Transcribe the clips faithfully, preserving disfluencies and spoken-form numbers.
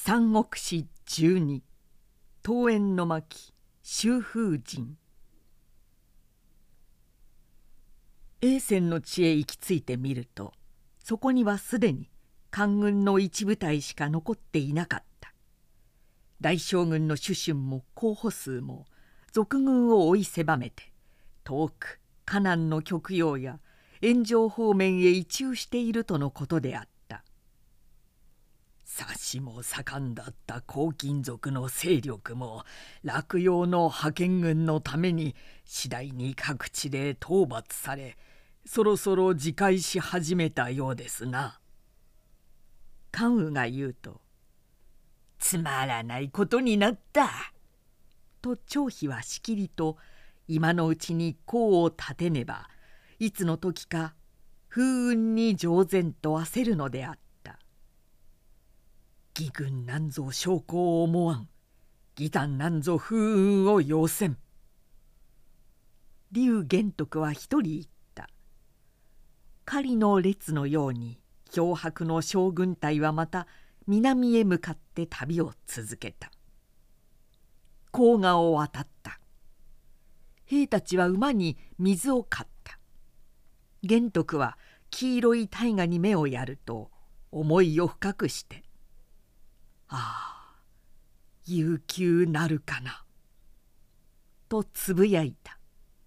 三国志十二桃園の巻秋風神。英泉の地へ行き着いてみると、そこにはすでに官軍の一部隊しか残っていなかった。大将軍の主春も候補数も賊軍を追い狭めて、遠く河南の極陽や円城方面へ移中しているとのことであった。さしも盛んだった黄巾族の勢力も洛陽の派遣軍のために次第に各地で討伐され、そろそろ自戒し始めたようですな。関羽が言うと、つまらないことになったと張飛はしきりと今のうちに功を立てねばいつの時か風雲に乗然と焦るのであった。義軍なんぞ将校を思わん、義胆なんぞ風雲を要せん。劉玄徳は一人言った。狩りの列のように漂白の将軍隊はまた南へ向かって旅を続けた。黄河を渡った。兵たちは馬に水を買った。玄徳は黄色い大河に目をやると思いを深くして、ああ、悠久なるかな、とつぶやいた。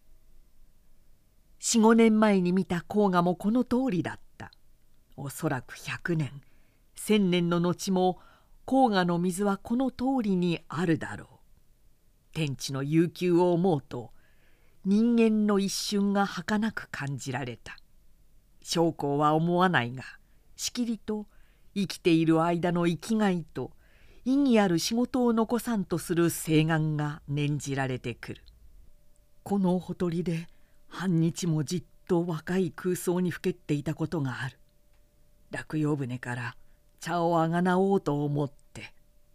四五年前に見た黄河もこの通りだった。おそらく百年、千年の後も黄河の水はこの通りにあるだろう。天地の悠久を思うと、人間の一瞬が儚く感じられた。将校は思わないが、しきりと生きている間の生きがいと意義ある仕事を残さんとする請願が念じられてくる。このほとりで半日もじっと若い空想にふけっていたことがある。落葉舟から茶をあがなおうと思って。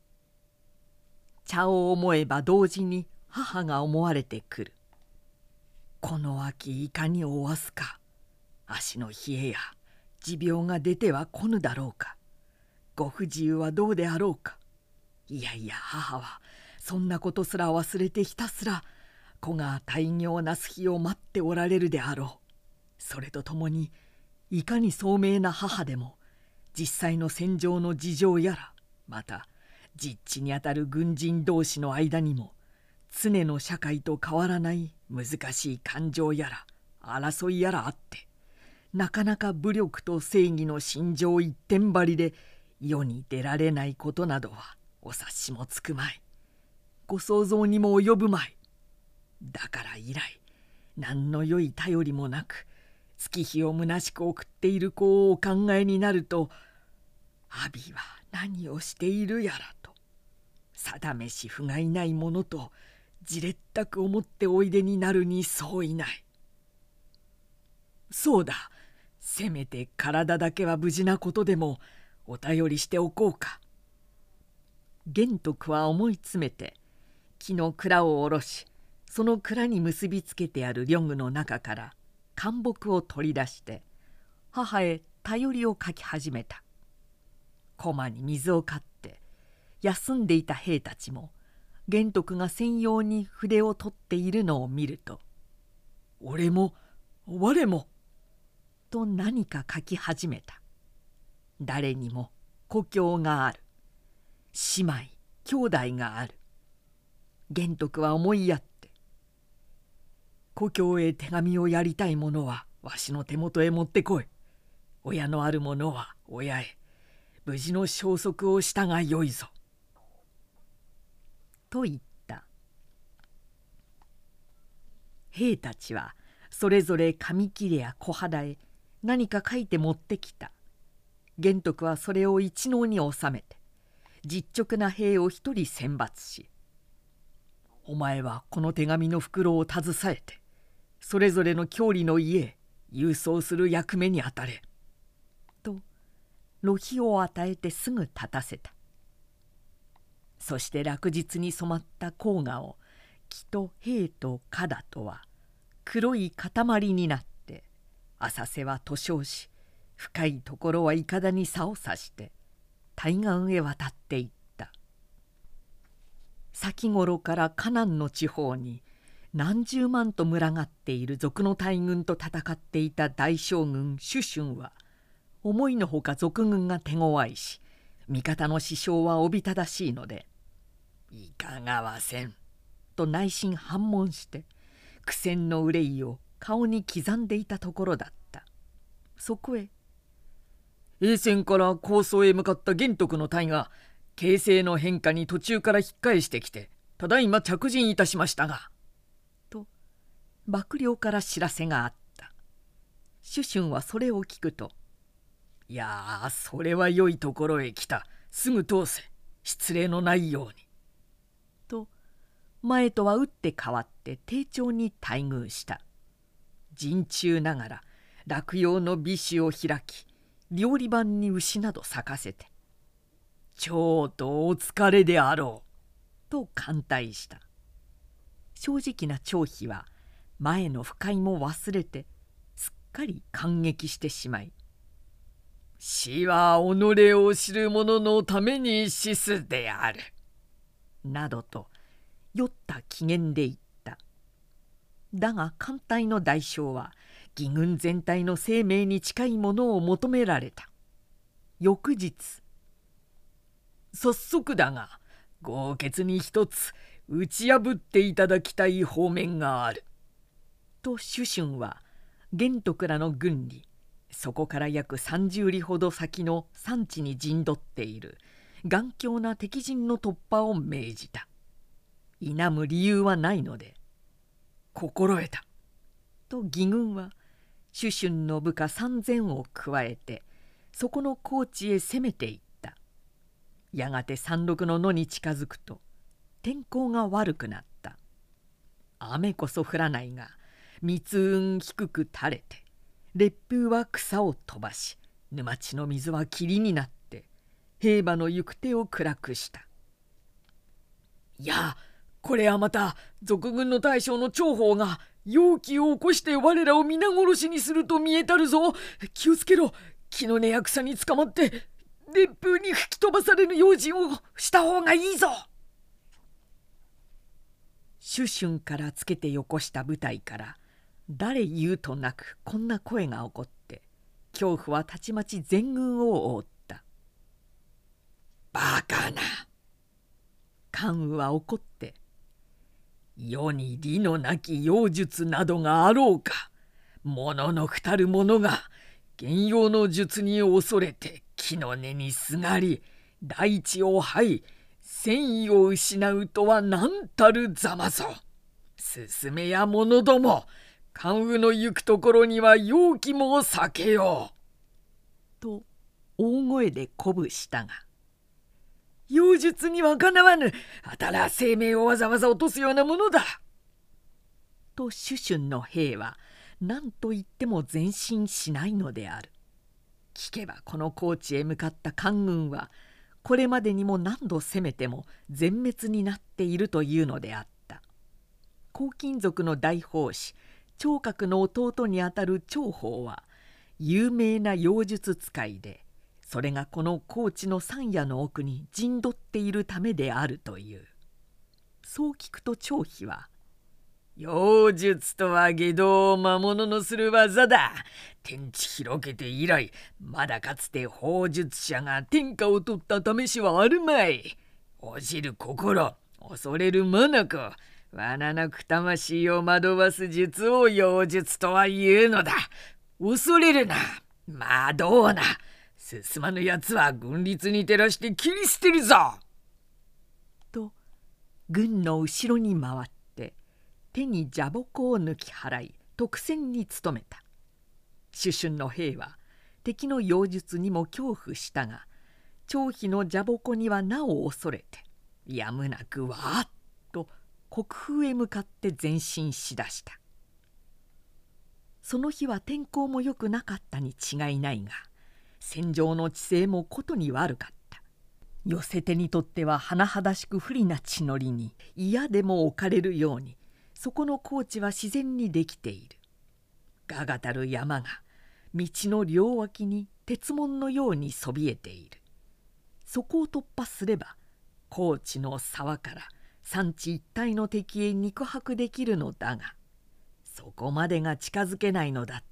茶を思えば同時に母が思われてくる。この秋いかにおわすか。足の冷えや持病が出ては来ぬだろうか。ご不自由はどうであろうか。いやいや母はそんなことすら忘れてひたすら子が大業なす日を待っておられるであろう。それとともにいかに聡明な母でも実際の戦場の事情やら、また実地にあたる軍人同士の間にも常の社会と変わらない難しい感情やら争いやらあって、なかなか武力と正義の心情一点張りで世に出られないことなどはお察しもつくまい。ご想像にも及ぶまい。だから以来何の良い頼りもなく月日を虚しく送っている子をお考えになると、阿炎は何をしているやらと定めし不甲斐ないものとじれったく思っておいでになるに相違ない。そうだ、せめて体だけは無事なことでもお頼りしておこうか。玄徳は思い詰めて木の蔵を下ろし、その蔵に結びつけてある漁具の中から干木を取り出して母へ頼りをかき始めた。こまに水をかって休んでいた兵たちも玄徳が専用に筆を取っているのを見ると、俺も我もと何か書き始めた。誰にも故郷がある。姉妹兄弟がある。玄徳は思いやって、故郷へ手紙をやりたい者はわしの手元へ持ってこい。親のある者は親へ無事の消息をしたがよいぞ。と言った。兵たちはそれぞれ紙切れや小肌へ何か書いて持ってきた。玄徳はそれを一能に収めて実直な兵を一人選抜し、お前はこの手紙の袋を携えてそれぞれの郷里の家へ郵送する役目にあたれ。と露費を与えてすぐ立たせた。そして落日に染まった黄河を木と兵と轍とは黒い塊になって浅瀬は図書し、深いところはいかだに竿をさして対岸へ渡っていった。 先頃からカナンの地方に何十万と群がっている賊の大軍と戦っていた大将軍シュシュンは思いのほか賊軍が手強いし、味方の死傷はおびただしいので「いかがわせん」と内心反問して苦戦の憂いを顔に刻んでいたところだった。そこへ栄泉から高層へ向かった玄徳の隊が形勢の変化に途中から引っ返してきてただいま着陣いたしましたが、と幕僚から知らせがあった。シュシュンはそれを聞くと「いやー、それは良いところへ来た。すぐ通せ。失礼のないように」と前とは打って変わって丁重に待遇した。陣中ながら落葉の美酒を開き、料理番に牛など咲かせて「ちょうとお疲れであろう」と歓待した。正直な張飛は前の不快も忘れてすっかり感激してしまい「死は己を知る者のために死すである」などと酔った機嫌で言った。だが艦隊の大将は義軍全体の生命に近いものを求められた。翌日「早速だが豪傑に一つ打ち破っていただきたい方面がある」とシュシュンは玄徳らの軍にそこから約さんじゅう里ほど先の山地に陣取っている頑強な敵陣の突破を命じた。否む理由はないので「心得た」と義軍はシュシュンの部下さんぜんを加えてそこの高地へ攻めていった。やがて山麓の野に近づくと天候が悪くなった。雨こそ降らないが密雲低く垂れて烈風は草を飛ばし、沼地の水は霧になって兵馬の行く手を暗くした。いや、これはまた賊軍の大将の張鳳が妖気を起こして我らを皆殺しにすると見えたるぞ。気をつけろ。木の根や草につかまって烈風に吹き飛ばされる用心をした方がいいぞ。シュシュンからつけてよこした部隊から誰言うとなくこんな声が起こって恐怖はたちまち全軍を覆った。バカな。関羽は怒って「世に理のなき妖術などがあろうか。もののくたる者が幻陽の術に恐れて木の根にすがり大地を這い戦意を失うとは何たるざまぞ。進めや者ども、関羽の行くところには妖気も避けよう」と大声で鼓舞したが「妖術にはかなわぬ。あたら生命をわざわざ落とすようなものだ」とシュシュンの兵は何と言っても前進しないのである。聞けばこの高地へ向かった官軍はこれまでにも何度攻めても全滅になっているというのであった。黄金族の大法師趙覚の弟にあたる張鳳は有名な妖術使いで、それがこの高地の山野の奥に陣取っているためであるという。そう聞くと張飛は「妖術とは外道を魔物のする技だ。天地広げて以来まだかつて砲術者が天下を取った試しはあるまい。おじる心恐れる眼罠なく魂を惑わす術を妖術とは言うのだ。恐れるな。まあどうな。進まぬやつは軍律に照らして切り捨てるぞ」と軍の後ろに回って手に蛇鉾を抜き払い特戦に努めた。シュシュンの兵は敵の妖術にも恐怖したが張飛の蛇鉾にはなお恐れてやむなくわーっと国風へ向かって前進しだした。その日は天候も良くなかったに違いないが戦場の地勢もことに悪かった。寄せ手にとっては甚だしく不利な地の利に嫌でも置かれるようにそこの高地は自然にできている。ががたる山が道の両脇に鉄門のようにそびえている。そこを突破すれば高地の沢から産地一帯の敵へ肉薄できるのだが、そこまでが近づけないのだった。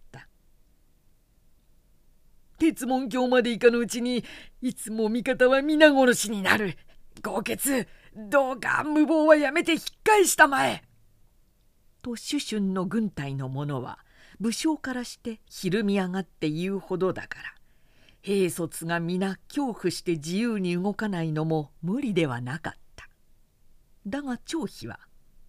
鉄門橋まで行かぬうちにいつも味方は皆殺しになる。豪傑、どうか無謀はやめて引っ返したまえ。と主春の軍隊の者は武将からしてひるみ上がって言うほどだから、兵卒が皆恐怖して自由に動かないのも無理ではなかった。だが張飛は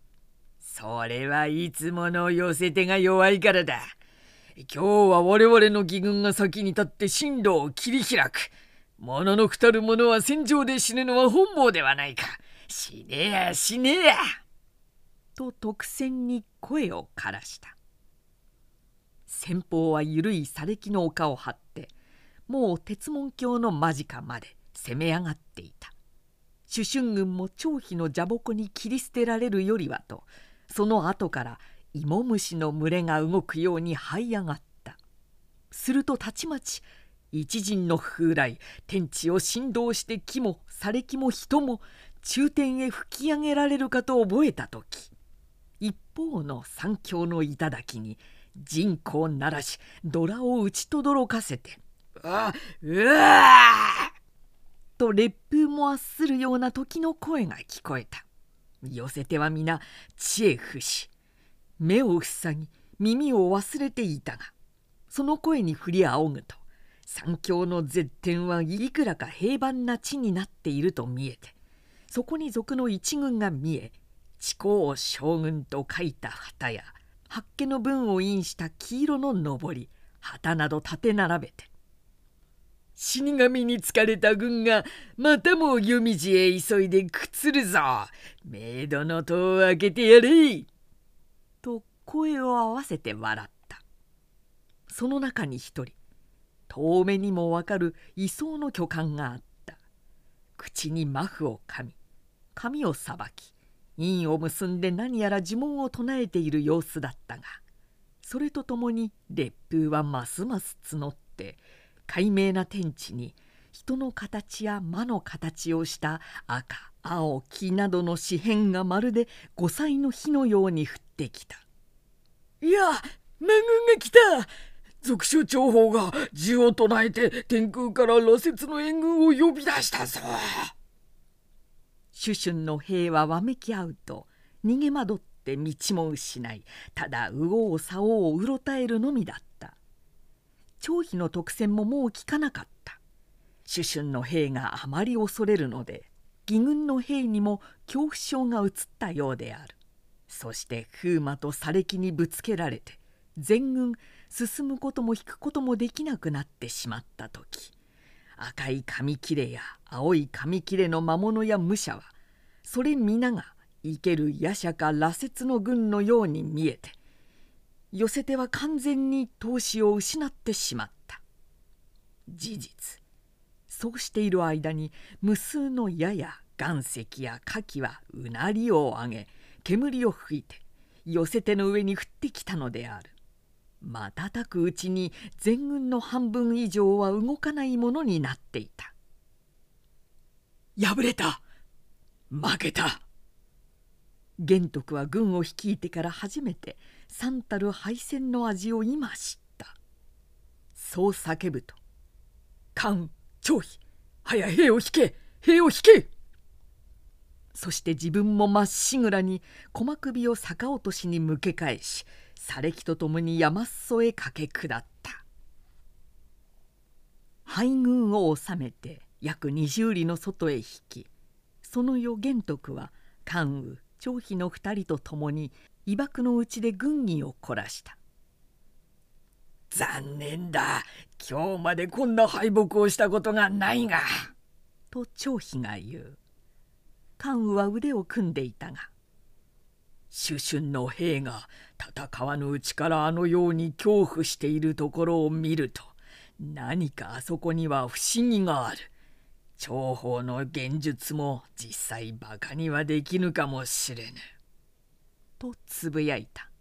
「それはいつもの寄せ手が弱いからだ。今日は我々の義軍が先に立って進路を切り開く。もののくたる者は戦場で死ぬのは本望ではないか。死ねや死ねや」と特選に声を枯らした。先方は緩い砂礫の丘を張ってもう鉄門橋の間近まで攻め上がっていた。主春軍も張飛の蛇鉾に切り捨てられるよりはと、その後から芋虫の群れが動くように這い上がった。するとたちまち一陣の風来、天地を振動して木も砂礫も人も中天へ吹き上げられるかと覚えた時、一方の三峡の頂に陣鼓を鳴らしドラを打ちとどろかせて「あうわ!」と烈風も圧するような時の声が聞こえた。寄せ手は皆知恵伏し目を塞ぎ耳を忘れていたが、その声に振り仰ぐと三峡の絶天はいくらか平凡な地になっていると見えて、そこに賊の一軍が見え、智公将軍と書いた旗や八家の文を印した黄色ののぼり旗など立て並べて、死神に疲れた軍がまたも夜道へ急いでくつるぞ。冥土の戸を開けてやれ。と声を合わせて笑った。その中に一人、遠目にもわかる位相の巨漢があった。口にマフを噛み、髪をさばき、印を結んで何やら呪文を唱えている様子だったが、それとともに烈風はますます募って、快明な天地に人の形や魔の形をした赤青黄などの紙片がまるで五彩の火のように降ってきた。いや、魔軍が来た。賊首長砲が銃を唱えて天空から羅刹の援軍を呼び出したぞ。主春の兵はわめき合うと逃げ惑って道も失い、ただ右往左往をうろたえるのみだった。張飛の特選ももう効かなかった。主春の兵があまり恐れるので、義軍の兵にも恐怖症が移ったようである。そして風魔と砂礫にぶつけられて全軍進むことも引くこともできなくなってしまった時、赤い紙切れや青い紙切れの魔物や武者はそれ皆が生ける夜叉か羅刹の軍のように見えて、寄せ手は完全に闘志を失ってしまった。事実そうしている間に無数の矢や岩石や火器はうなりを上げ煙を吹いて寄せ手の上に降ってきたのである。瞬くうちに全軍の半分以上は動かないものになっていた。敗れた、負けた。玄徳は軍を率いてから初めて三たる敗戦の味を今知った。そう叫ぶと「関張飛、早兵を引け、兵を引け!」そして自分もまっしぐらに駒首を逆落としに向け返し、砂礫とともに山裾へ駆け下った。敗軍を収めて約二十里の外へ引き、その夜玄徳は関羽張飛の二人と共に伊爆のうちで軍議を凝らした。残念だ、今日までこんな敗北をしたことがないが、と張飛が言う。関羽は腕を組んでいたが、主春の兵が戦わぬうちからあのように恐怖しているところを見ると、何かあそこには不思議がある。長鋒の幻術も実際バカにはできぬかもしれぬ。とつぶやいた。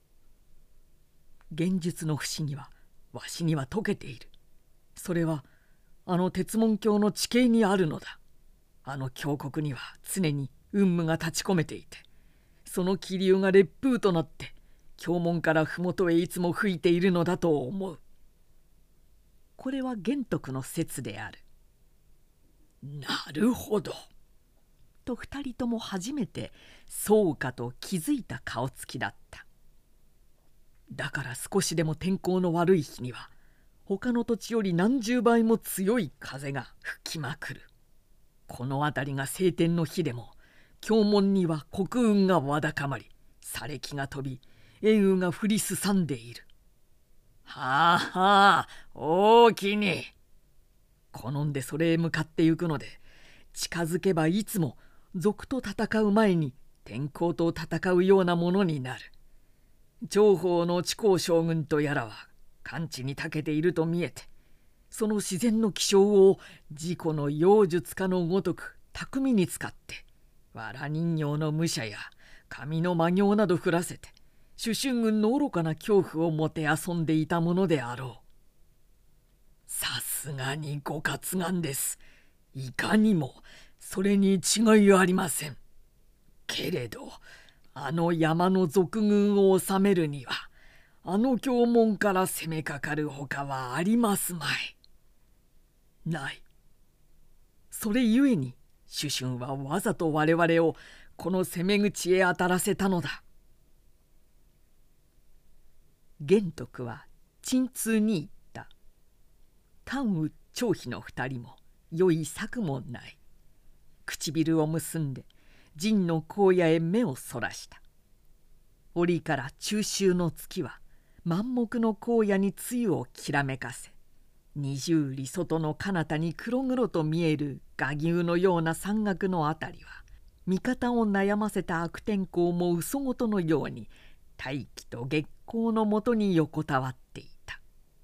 幻術の不思議はわしには解けている。それはあの鉄門橋の地形にあるのだ。あの峡谷には常に雲霧が立ち込めていて、その気流が烈風となって経門から麓へいつも吹いているのだと思う。これは玄徳の説である。なるほど。と二人とも初めてそうかと気づいた顔つきだった。だから少しでも天候の悪い日には他の土地より何十倍も強い風が吹きまくる。この辺りが晴天の日でも経門には黒雲がわだかまり、砂礫が飛び、煙雨が降りすさんでいる。はあはあ、大きに。好んでそれへ向かってゆくので、近づけばいつも賊と戦う前に天候と戦うようなものになる。長方の智光将軍とやらは完治に長けていると見えて、その自然の気象を自己の妖術家のごとく巧みに使って、藁人形の武者や紙の魔行など降らせて主春軍の愚かな恐怖をもてあそんでいたものであろう。さすがにご活眼です。いかにもそれに違いありません。けれどあの山の賊軍を治めるにはあの経門から攻めかかるほかはありますまい。ない。それゆえに主春はわざと我々をこの攻め口へ当たらせたのだ。玄徳は鎮痛に言った。関羽張飛の二人も良い策もない。唇を結んで陣の荒野へ目をそらした。折から中秋の月は満目の荒野に露をきらめかせ、二十里外の彼方に黒々と見える臥牛のような山岳のあたりは、味方を悩ませた悪天候も嘘ごとのように大気と月光のもとに横たわっていた。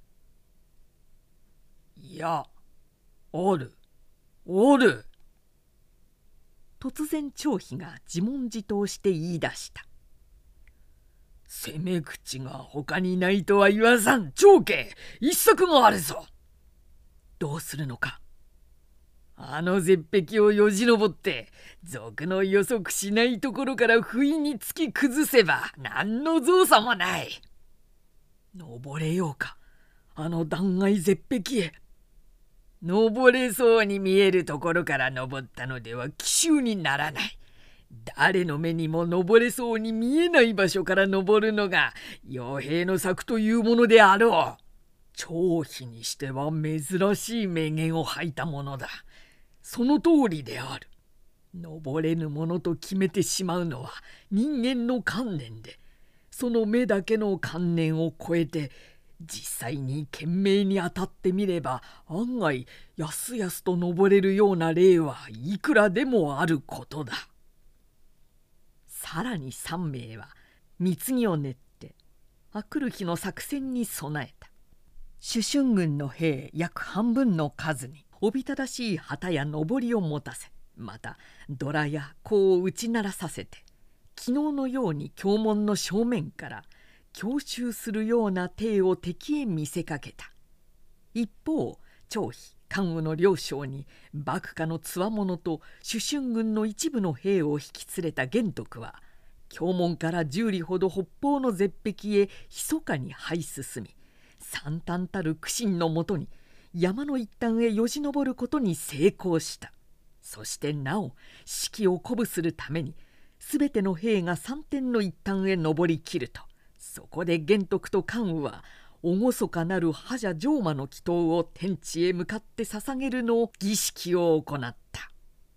いや、おるおる。突然張飛が自問自答して言い出した。攻め口が他にないとは言わさん。長家一策があるぞ。どうするのか。あの絶壁をよじ登って賊の予測しないところから不意に突き崩せば何の造作もない。登れようか、あの断崖絶壁へ。登れそうに見えるところから登ったのでは奇襲にならない。誰の目にも登れそうに見えない場所から登るのが傭兵の策というものであろう。張飛にしては珍しい名言を吐いたものだ。その通りである。登れぬものと決めてしまうのは人間の観念で、その目だけの観念を超えて実際に懸命に当たってみれば案外やすやすと登れるような例はいくらでもあることだ。さらに三名は貢ぎを練ってあくる日の作戦に備えた。主春軍の兵約半分の数におびただしい旗や上りを持たせ、またドラや甲を打ち鳴らさせて、昨日のように経門の正面から強襲するような体を敵へ見せかけた。一方張飛関羽の両将に幕下のつわものと主春軍の一部の兵を引き連れた玄徳は経門から十里ほど北方の絶壁へ密かに這い進み、惨憺たる苦心のもとに山の一端へよじ登ることに成功した。そしてなお士気を鼓舞するために全ての兵が山天の一端へ登りきると、そこで玄徳と関羽は厳かなる覇者上馬の祈祷を天地へ向かって捧げるのを儀式を行った。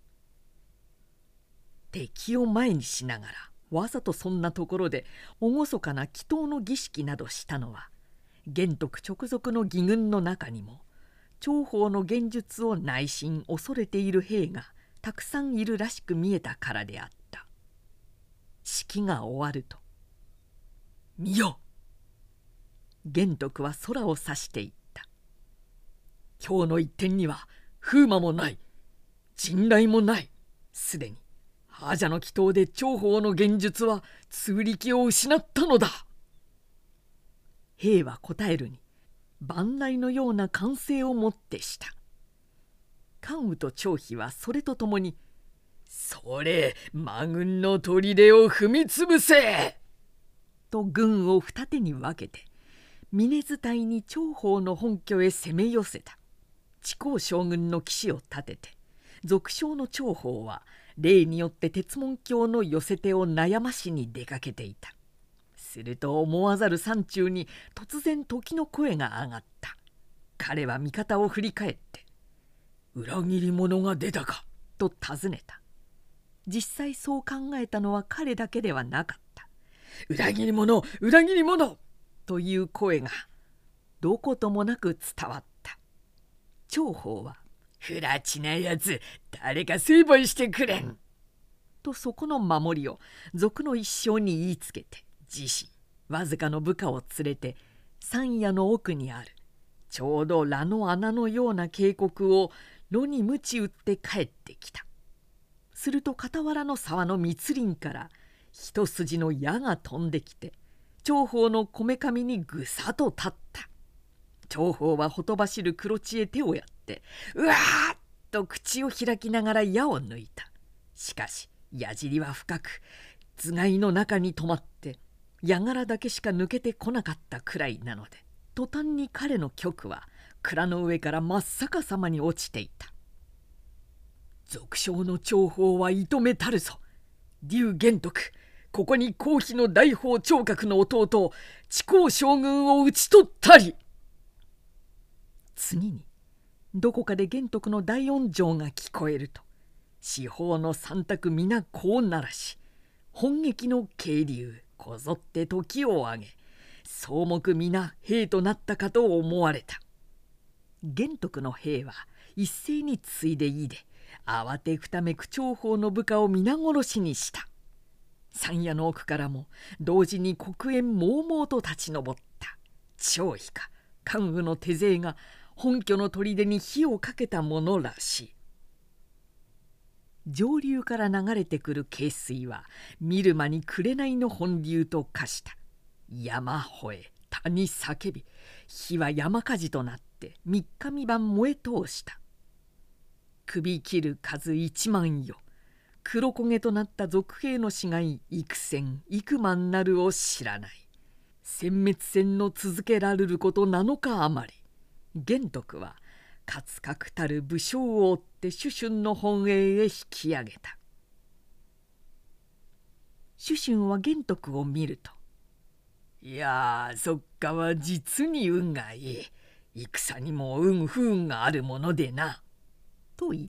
敵を前にしながらわざとそんなところで厳かな祈祷の儀式などしたのは、玄徳直属の義軍の中にも長方の幻術を内心恐れている兵がたくさんいるらしく見えたからであった。式が終わると「見よ!」玄徳は空を指していった。今日の一点には風魔もない陣雷もない。すでに覇者の祈祷で長方の幻術は通力を失ったのだ。兵は答えるに万雷のような歓声をもってした。関羽と張飛はそれとともにそれ魔軍の砦を踏みつぶせ!」と軍を二手に分けて峰伝いに長宝の本拠へ攻め寄せた。智光将軍の騎士を立てて俗称の長宝は例によって鉄門橋の寄せ手を悩ましに出かけていた。すると思わざる山中に突然時の声が上がった。彼は味方を振り返って「裏切り者が出たか?」と尋ねた。実際そう考えたのは彼だけではなかった。裏切り者裏切り者という声がどこともなく伝わった。長宝は「不埒なやつ、誰か成敗してくれん!」とそこの守りを賊の一生に言いつけて自身わずかの部下を連れて山野の奥にあるちょうど羅の穴のような渓谷を炉に鞭打って帰ってきた。すると傍らの沢の密林から一筋の矢が飛んできて長宝のこめかみにぐさと立った。長宝はほとばしる黒地へ手をやって「うわー!」と口を開きながら矢を抜いた。しかし矢尻は深く頭蓋の中に止まって矢柄だけしか抜けてこなかったくらいなので、途端に彼の玉は蔵の上から真っ逆さまに落ちていた。俗称の長宝は射止めたるぞ。劉玄徳、ここに皇妃の大宝聴覚の弟智光将軍を討ち取ったり。次にどこかで玄徳の大音上が聞こえると四方の三択皆こうならし、本撃の渓流こぞって時を上げ草木皆兵となったかと思われた。玄徳の兵は一斉についでいいで慌てふためく長宝の部下を皆殺しにした。山野の奥からも同時に黒煙猛々と立ち上った張飛か関羽の手勢が本拠の砦に火をかけたものらしい。上流から流れてくる渓水は見る間に紅の本流と化した。山吠え谷叫び、火は山火事となって三日三晩燃え通した。首切る数一万よ、黒焦げとなった賊兵の死骸幾千幾万なるを知らない。殲滅戦の続けられること七日余り、玄徳は勝確たる武将を追って主春の本営へ引き上げた。主春は玄徳を見ると「いやー、そっかは実に運がいい。戦にも運不運があるものでな」と言った。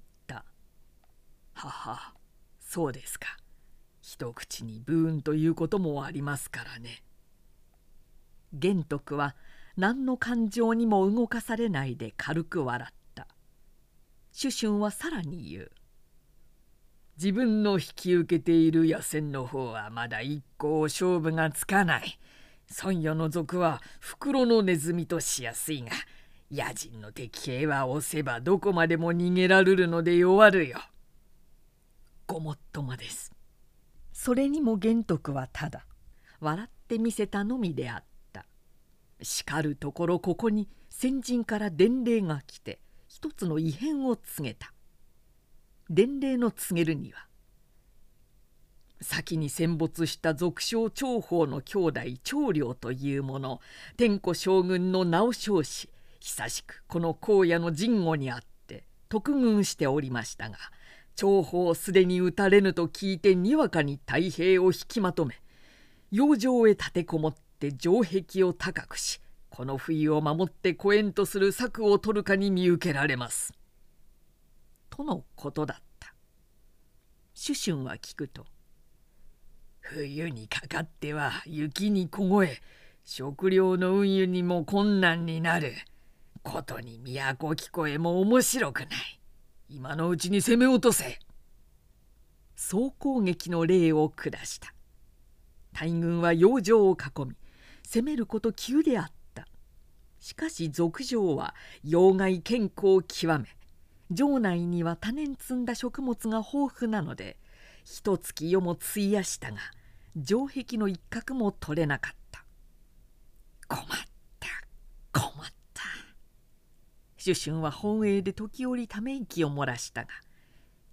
はは、そうですか。一口に不運ということもありますからね。玄徳は何の感情にも動かされないで軽く笑った。主春はさらに言う。自分の引き受けている野戦の方はまだ一向勝負がつかない。孫与の賊は袋のネズミとしやすいが、野人の敵兵は押せばどこまでも逃げられるので弱るよ。ごもっともです。それにも玄徳はただ笑ってみせたのみであった。しかるところここに先人から伝令が来て一つの異変を告げた。伝令の告げるには、先に戦没した俗称長宝の兄弟長領という者、天子将軍の名を称し、久しくこの荒野の陣後にあって特軍しておりましたが、長宝すでに討たれぬと聞いてにわかに太平を引きまとめ、洋上へ立てこもって城壁を高くし、この冬を守って越えんとする策を取るかに見受けられます。とのことだった。主春は聞くと、冬にかかっては雪に凍え、食料の運輸にも困難になる。ことに都聞こえも面白くない。今のうちに攻め落とせ。総攻撃の令を下した。大軍は洋上を囲み、攻めること急であった。しかし賊上は要害健康を極め、城内には多年積んだ食物が豊富なので、一月夜も費やしたが城壁の一角も取れなかった。困った困った。主春は本営で時折ため息を漏らしたが、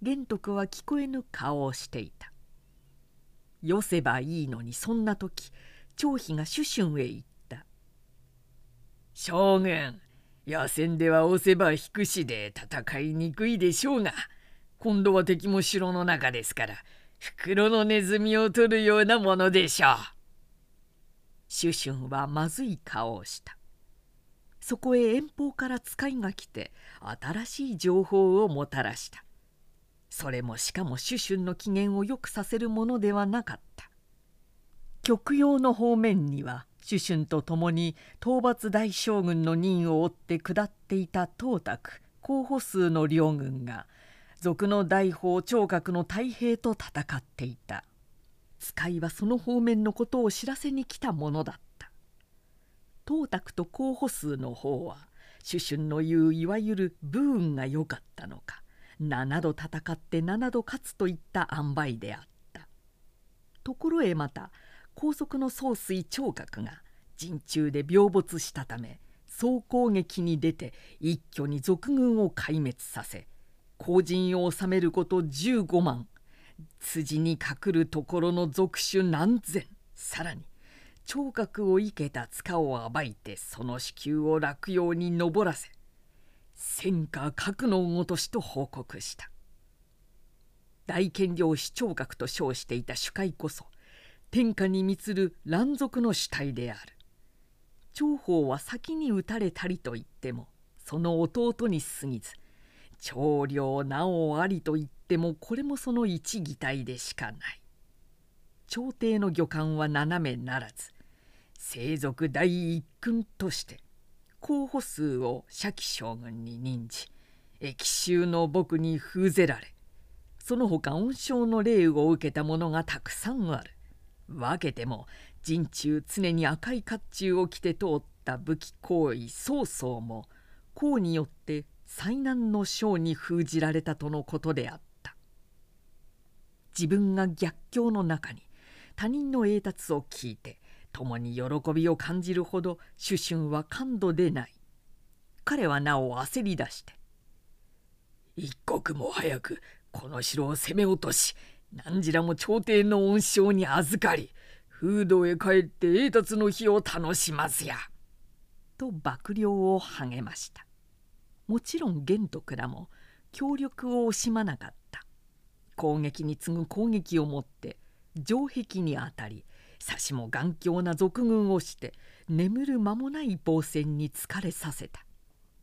玄徳は聞こえぬ顔をしていた。よせばいいのに、そんな時張飛が主春へ言った。将軍、野戦では押せば引くしで戦いにくいでしょうが、今度は敵も城の中ですから、袋のネズミを取るようなものでしょう。主春はまずい顔をした。そこへ遠方から使いが来て新しい情報をもたらした。それもしかも主春の機嫌を良くさせるものではなかった。極陽の方面には主春と共に討伐大将軍の任を追って下っていた董卓候補数の両軍が賊の大砲聴覚の太平と戦っていた。使いはその方面のことを知らせに来たものだった。董卓と候補数の方は主春の言ういわゆる武運が良かったのか、ななど戦ってななど勝つといった塩梅であった。ところへまた高速の宗水聴覚が陣中で病没したため、総攻撃に出て一挙に賊軍を壊滅させ、後陣を治めることじゅうごまん、辻に隠るところの賊種何千、さらに聴覚を生けた塚を暴いてその子宮を落葉に登らせ、戦果核のごとしと報告した。大献上司聴覚と称していた主海こそ天下に満つる乱賊の主体である。張鳳は先に討たれたりと言ってもその弟に過ぎず、長領なおありと言ってもこれもその一擬態でしかない。朝廷の御官は斜めならず、聖族第一君として候補数を社稷将軍に任じ、益州の僕に封ぜられ、その他恩賞の礼を受けた者がたくさんある。分けても陣中常に赤い甲冑を着て通った武器行為曹操も功によって災難の将に封じられたとのことであった。自分が逆境の中に他人の栄達を聞いて共に喜びを感じるほど主春は感度でない。彼はなお焦り出して、一刻も早くこの城を攻め落とし、何らも朝廷の恩賞に預かり、風土へ帰って栄達の日を楽しますや」と幕僚を励ました。もちろん玄徳らも協力を惜しまなかった。攻撃に次ぐ攻撃をもって城壁に当たり、さしも頑強な賊軍をして眠る間もない防戦に疲れさせた。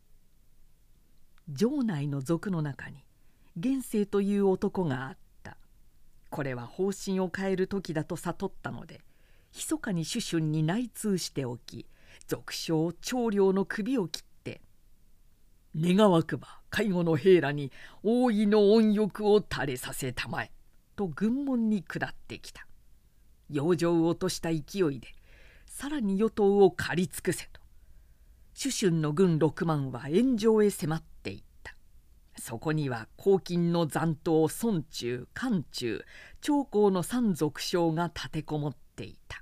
城内の賊の中に玄生という男があった。これは方針を変える時だと悟ったので、密かに主春に内通しておき、賊将長領の首を切って「願わくば介護の兵らに大いの恩欲を垂れさせたまえ」と軍門に下ってきた。養生を落とした勢いでさらに与党を狩り尽くせと、主春の軍ろくまんは炎上へ迫っていった。そこには黄金の残党孫中漢中長江の三賊将が立てこもっていた。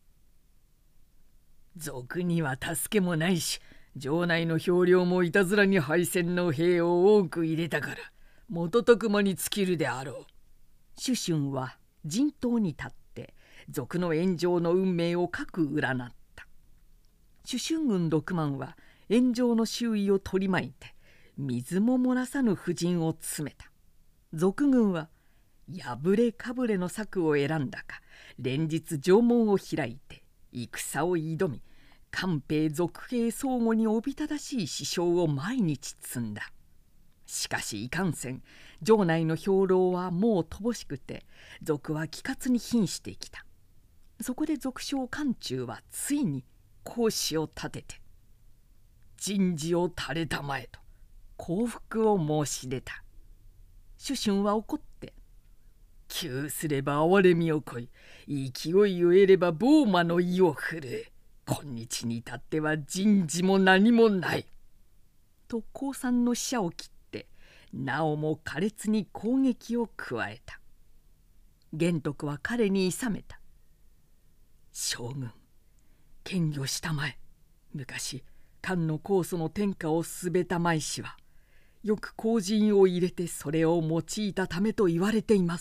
賊には助けもないし、城内の兵糧もいたずらに敗戦の兵を多く入れたから瞬く間に尽きるであろう。主春は陣頭に立って賊の炎上の運命を各占った。主春軍ろくまんは炎上の周囲を取り巻いて水も漏らさぬ布陣を詰めた。賊軍は破れかぶれの策を選んだか、連日城門を開いて戦を挑み、官兵賊兵相互におびただしい死傷を毎日積んだ。しかしいかんせん城内の兵糧はもう乏しくて、賊は飢渇に瀕してきた。そこで賊将漢中はついに講師を立てて「人事を垂れたまえ」と降伏を申し出た。主春は怒って「窮すれば哀れみをこい、勢いを得ればボーマの意を振るえ、今日に至っては人事も何もない」と降参の使者を切ってなおも苛烈に攻撃を加えた。玄徳は彼にいさめた。将軍、謙虚したまえ。昔漢の高祖の天下をすべたまいしはよく麹印を入れてそれを用いたためと言われています。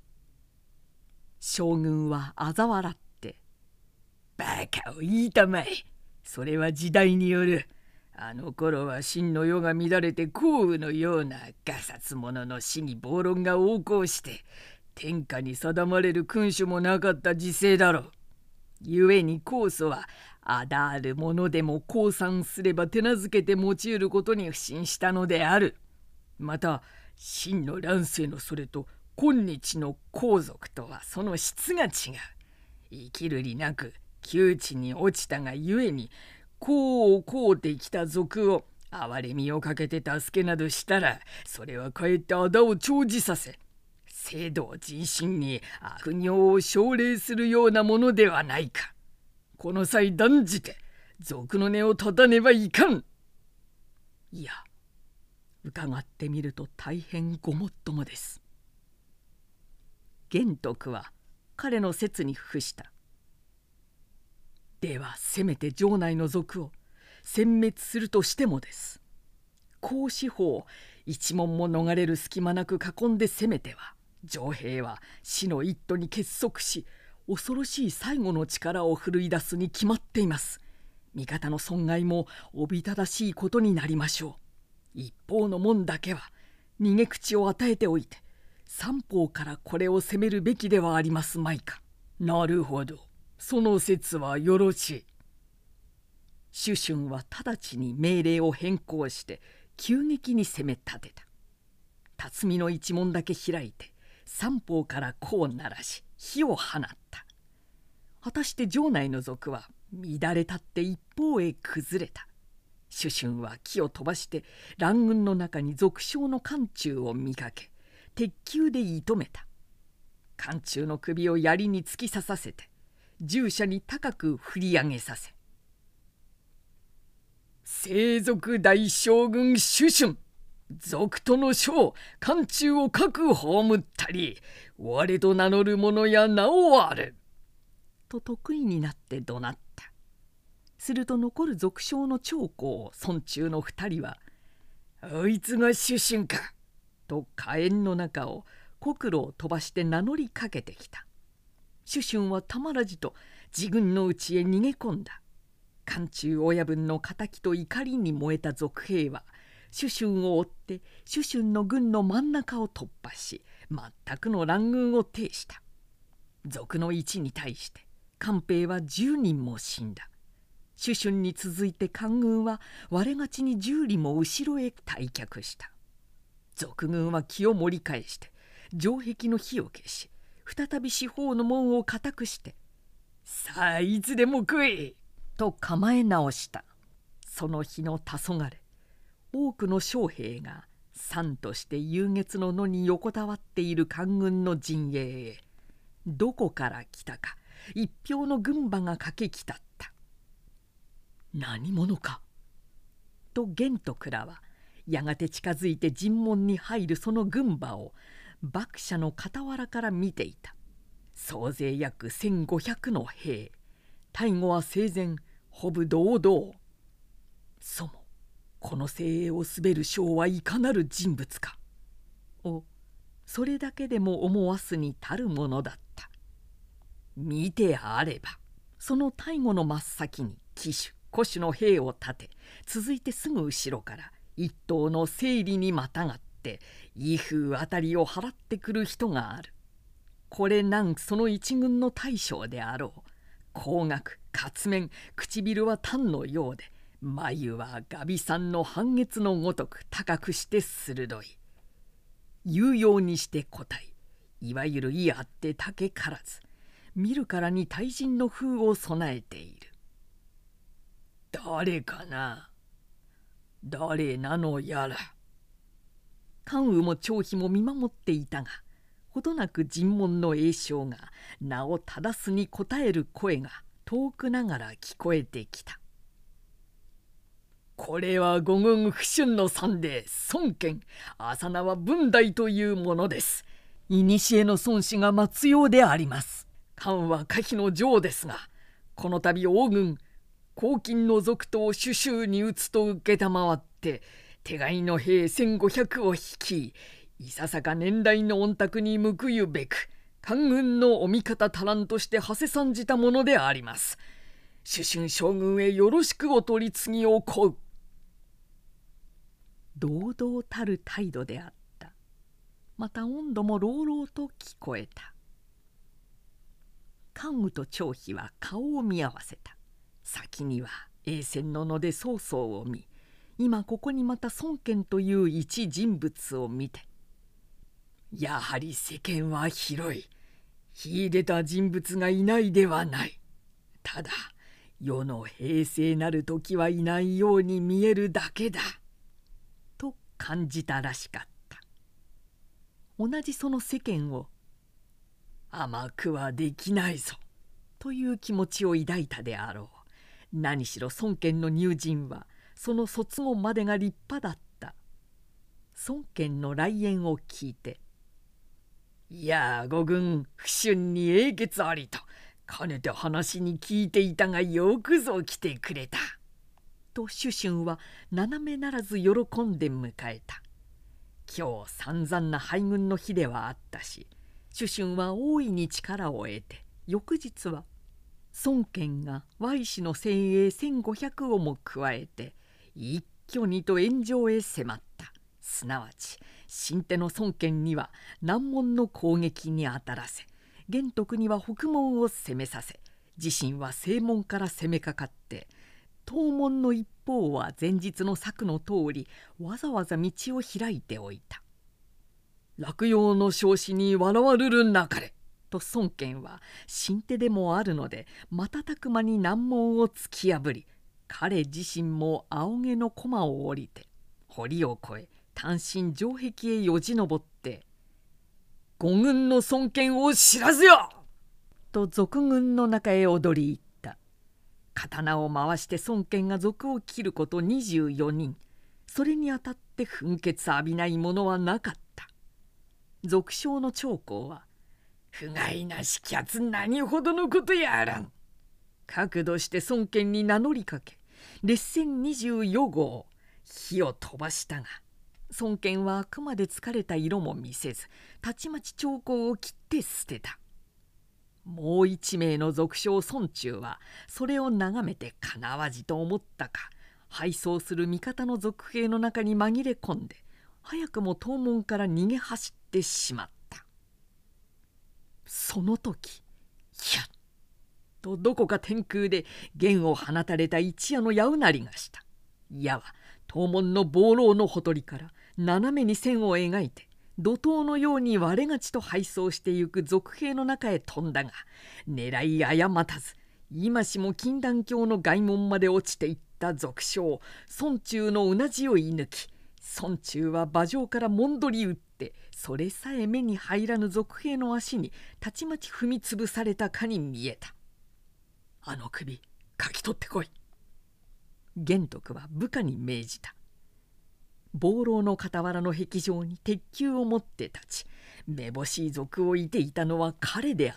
将軍は嘲笑って「バカを言いたまえ。それは時代による。あの頃は秦の世が乱れて項羽のようなガサツ者の死に暴論が横行して天下に定まれる君主もなかった時勢だろう。故に酵素はあだあるものでも降参すれば手なずけて用いることに不信したのである。また秦の乱世のそれと今日の皇族とはその質が違う。生きる理なく窮地に落ちたがゆえに功を請うてきた族を憐れみをかけて助けなどしたら、それはかえって仇を長じさせ制度を人心に悪行を奨励するようなものではないか。この際断じて賊の根を断たねばいかん。いや、伺ってみると大変ごもっともです。玄徳は彼の説に付した。ではせめて城内の賊を殲滅するとしてもです。孔子法を一門も逃れる隙間なく囲んで攻めては、城兵は死の一途に結束し恐ろしい最後の力を奮い出すに決まっています。味方の損害もおびただしいことになりましょう。一方の門だけは逃げ口を与えておいて三方からこれを攻めるべきではありますまいか。なるほど、その説はよろしい。主春は直ちに命令を変更して急激に攻め立てた。辰巳の一門だけ開いて三方から弧を鳴らし火を放った。果たして城内の賊は乱れ立って一方へ崩れた。主春は木を飛ばして乱軍の中に賊将の漢中を見かけ鉄球で射止めた。漢中の首を槍に突き刺させて従者に高く振り上げさせ、聖賊大将軍主春、賊との将漢中を各葬ったり、我と名乗る者や名をある。と得意になって怒鳴った。すると残る賊将の長江孫中の二人は「あいつが主春か」と火炎の中を国路を飛ばして名乗りかけてきた。主春はたまらじと自軍の内へ逃げ込んだ。漢中親分の敵と怒りに燃えた賊兵は主春を追って主春の軍の真ん中を突破し全くの乱軍を呈した。賊の一に対して官兵は十人も死んだ。主春に続いて官軍は我がちに十里も後ろへ退却した。賊軍は気を盛り返して城壁の火を消し再び四方の門を固くして「さあいつでも来い!」と構え直した。その日の黄昏、多くの将兵が山として夕月の野に横たわっている官軍の陣営へどこから来たか一票の軍馬が駆け来たった。何者かと玄徳らはやがて近づいて陣門に入るその軍馬を幕舎の傍らから見ていた。総勢約せんごひゃくの兵、大後は生前ほぶ堂々。そもこの精鋭を滑る将はいかなる人物かをそれだけでも思わすに足るものだった。見てあればその大後の真っ先に騎手古手の兵を立て、続いてすぐ後ろから一頭の整理にまたがって威風あたりを払ってくる人がある。これなんその一軍の大将であろう。光学滑面唇は丹のようで眉はガビさんの半月のごとく高くして鋭い。有用にして個体、いわゆる意あって竹からず、見るからに大人の風を備えている。誰かな、誰なのやら。関羽も張飛も見守っていたが、ほどなく陣門の栄将が名を正すに応える声が遠くながら聞こえてきた。これは五軍不春の三で孫権浅縄文代というものです。いにしえの孫子が待つようであります。関は可否の将ですが、この度王軍黄巾の賊と主衆に討つと承って手飼いの兵千五百を率い、いささか年代の御託に報ゆべく官軍のお味方足らんとして馳せ参じたものであります。主春将軍へよろしくお取り次ぎを請う。堂々たる態度であった。また温度も朗々と聞こえた。関羽と張飛は顔を見合わせた。先には栄泉の野で曹操を見、今ここにまた孫権という一人物を見て、やはり世間は広い。秀でた人物がいないではない。ただ世の平静なる時はいないように見えるだけだ。と感じたらしかった。同じその世間を甘くはできないぞという気持ちを抱いたであろう。何しろ孫権の入陣はその卒後までが立派だった。孫権の来園を聞いて「いや御軍不春に英傑ありとかねて話に聞いていたがよくぞ来てくれた」と主春は斜めならず喜んで迎えた。今日散々な敗軍の日ではあったし、主春は大いに力を得て、翌日は孫権がY氏の精鋭千五百をも加えて一挙にと炎上へ迫った。すなわち新手の孫権には南門の攻撃に当たらせ、玄徳には北門を攻めさせ、自身は西門から攻めかかって、東門の一方は前日の策の通りわざわざ道を開いておいた。落葉の少子に笑わるるなかれと孫権は新手でもあるので瞬く間に難問を突き破り、彼自身も仰げの駒を降りて堀を越え単身城壁へよじ登って「五軍の孫権を知らずよ!」と賊軍の中へ踊り入った。刀を回して孫権が賊を切ることにじゅうよにん。それにあたって噴血浴びないものはなかった。賊将の長江は「不甲斐なしきやつ何ほどのことやらん」角度して孫権に名乗りかけ、列戦にじゅうよ号火を飛ばしたが、孫権はあくまで疲れた色も見せず、たちまち長江を切って捨てた。もう一名の賊将孫忠はそれを眺めてかなわじと思ったか、敗走する味方の賊兵の中に紛れ込んで早くも東門から逃げ走ってしまった。その時ひゃっとどこか天空で弦を放たれた一夜の矢うなりがした。矢は東門の望楼のほとりから斜めに線を描いて怒涛のように我がちと敗走してゆく賊兵の中へ飛んだが、狙い誤たず今しも禁断橋の外門まで落ちていった賊将孫忠のうなじを射抜き、孫忠は馬上からもんどり打ってそれさえ目に入らぬ賊兵の足にたちまち踏みつぶされたかに見えた。あの首かき取ってこい。玄徳は部下に命じた。望楼の傍らの壁上に鉄球を持って立ち、めぼしい賊を射ていたのは彼であった。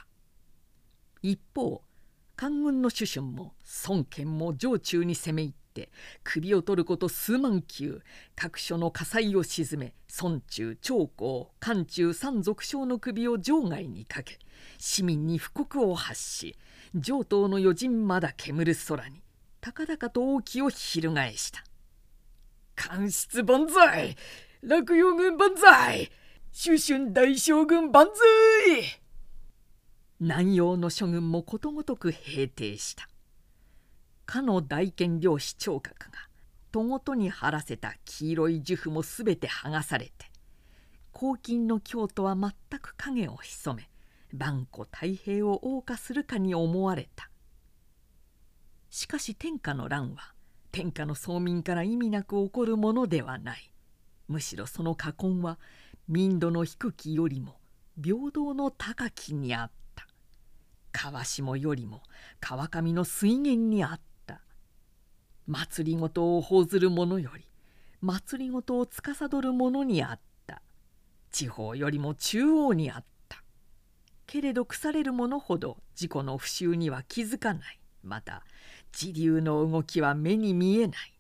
一方官軍の主春も孫権も城中に攻め入って首を取ること数万球、各所の火災を鎮め、孫忠長江漢中三賊将の首を城外にかけ、市民に布告を発し、上東の余人まだ煙る空に高々と王旗を翻した。官室万歳、洛陽軍万歳、主春大将軍万歳。南陽の諸軍もことごとく平定した。かの大権領司聴覚がとごとに張らせた黄色い呪符もすべて剥がされて、黄金の京都は全く影を潜め、万古太平を謳歌するかに思われた。しかし天下の乱は天下の総民から意味なく起こるものではない。むしろその禍根は民度の低きよりも平等の高きにあった。川下よりも川上の水源にあった。政を報ずる者より政を司る者にあった。地方よりも中央にあった。けれど腐れる者ほど自己の不習には気づかない。また時流の動きは目に見えない。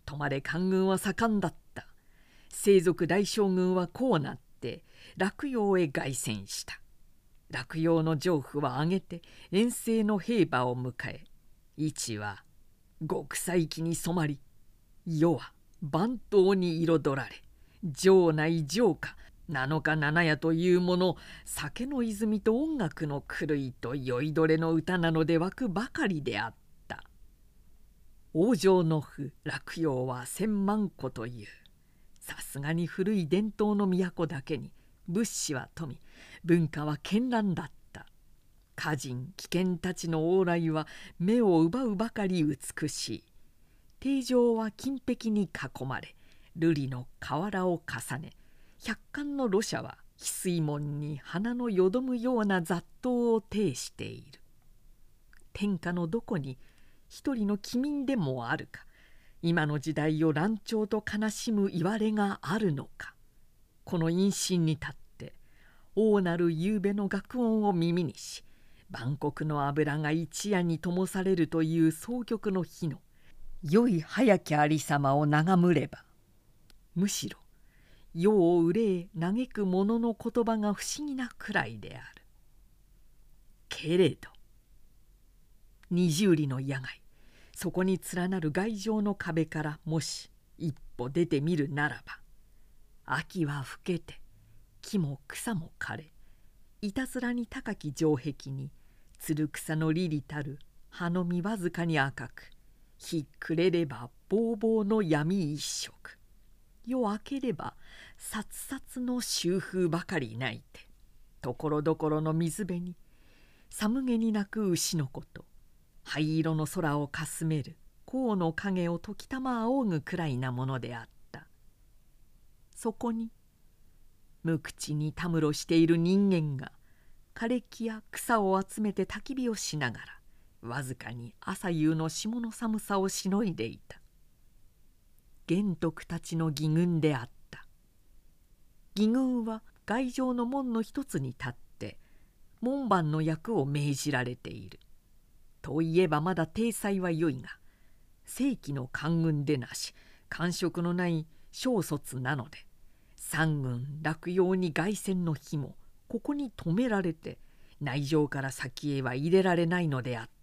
とまで官軍は盛んだった。清族大将軍はこうなって洛陽へ凱旋した。洛陽の城府は挙げて遠征の兵馬を迎え、市は極彩気に染まり、世は番頭に彩られ、城内城下七日七夜というもの、酒の泉と音楽の狂いと酔いどれの歌なので湧くばかりであった。王城の府洛陽は千万戸という、さすがに古い伝統の都だけに物資は富、文化は絢爛だった。歌人貴賢たちの往来は目を奪うばかり美しい。庭上は金壁に囲まれ、瑠璃の瓦を重ね、百貫の炉車は翡翠門に花のよどむような雑踏を呈している。天下のどこに一人の貴民でもあるか、今の時代を乱調と悲しむいわれがあるのか。この陰心に立って王なる夕べの楽音を耳にし、万国の油が一夜に灯されるという双極の日の良い早きありさまを眺むれば、むしろ世を憂え嘆く者の言葉が不思議なくらいである。けれど二十里の野外、そこに連なる外城の壁からもし一歩出てみるならば、秋は更けて木も草も枯れ、いたずらに高き城壁につる草のりりたる葉の実わずかに赤く、日暮れればぼうぼうの闇一色、夜明ければさつさつの秋風ばかり泣いて、ところどころの水辺に寒げに鳴く牛の子と、灰色の空をかすめる甲の影を時たま仰ぐくらいなものであった。そこに無口にたむろしている人間が枯れ木や草を集めて焚き火をしながら、わずかに朝夕の霜の寒さをしのいでいた。玄徳たちの義軍であった。義軍は外城の門の一つに立って門番の役を命じられている。といえばまだ体裁は良いが、正規の官軍でなし官職のない小卒なので、三軍落陽に凱旋の日もここに止められて、内城から先へは入れられないのであった。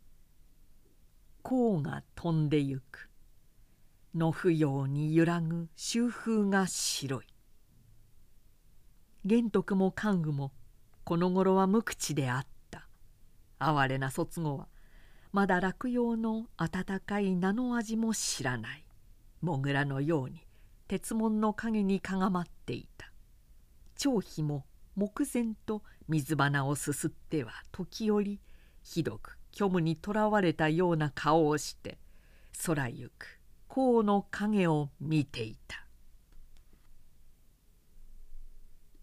甲が飛んでゆく。野不用に揺らぐ秋風が白い。玄徳も関羽もこの頃は無口であった。哀れな卒後はまだ落陽の温かい名の味も知らない。モグラのように鉄門の陰にかがまっていた。張飛も目前と水花をすすっては時折ひどく虚無にとらわれたような顔をして空ゆく甲の影を見ていた。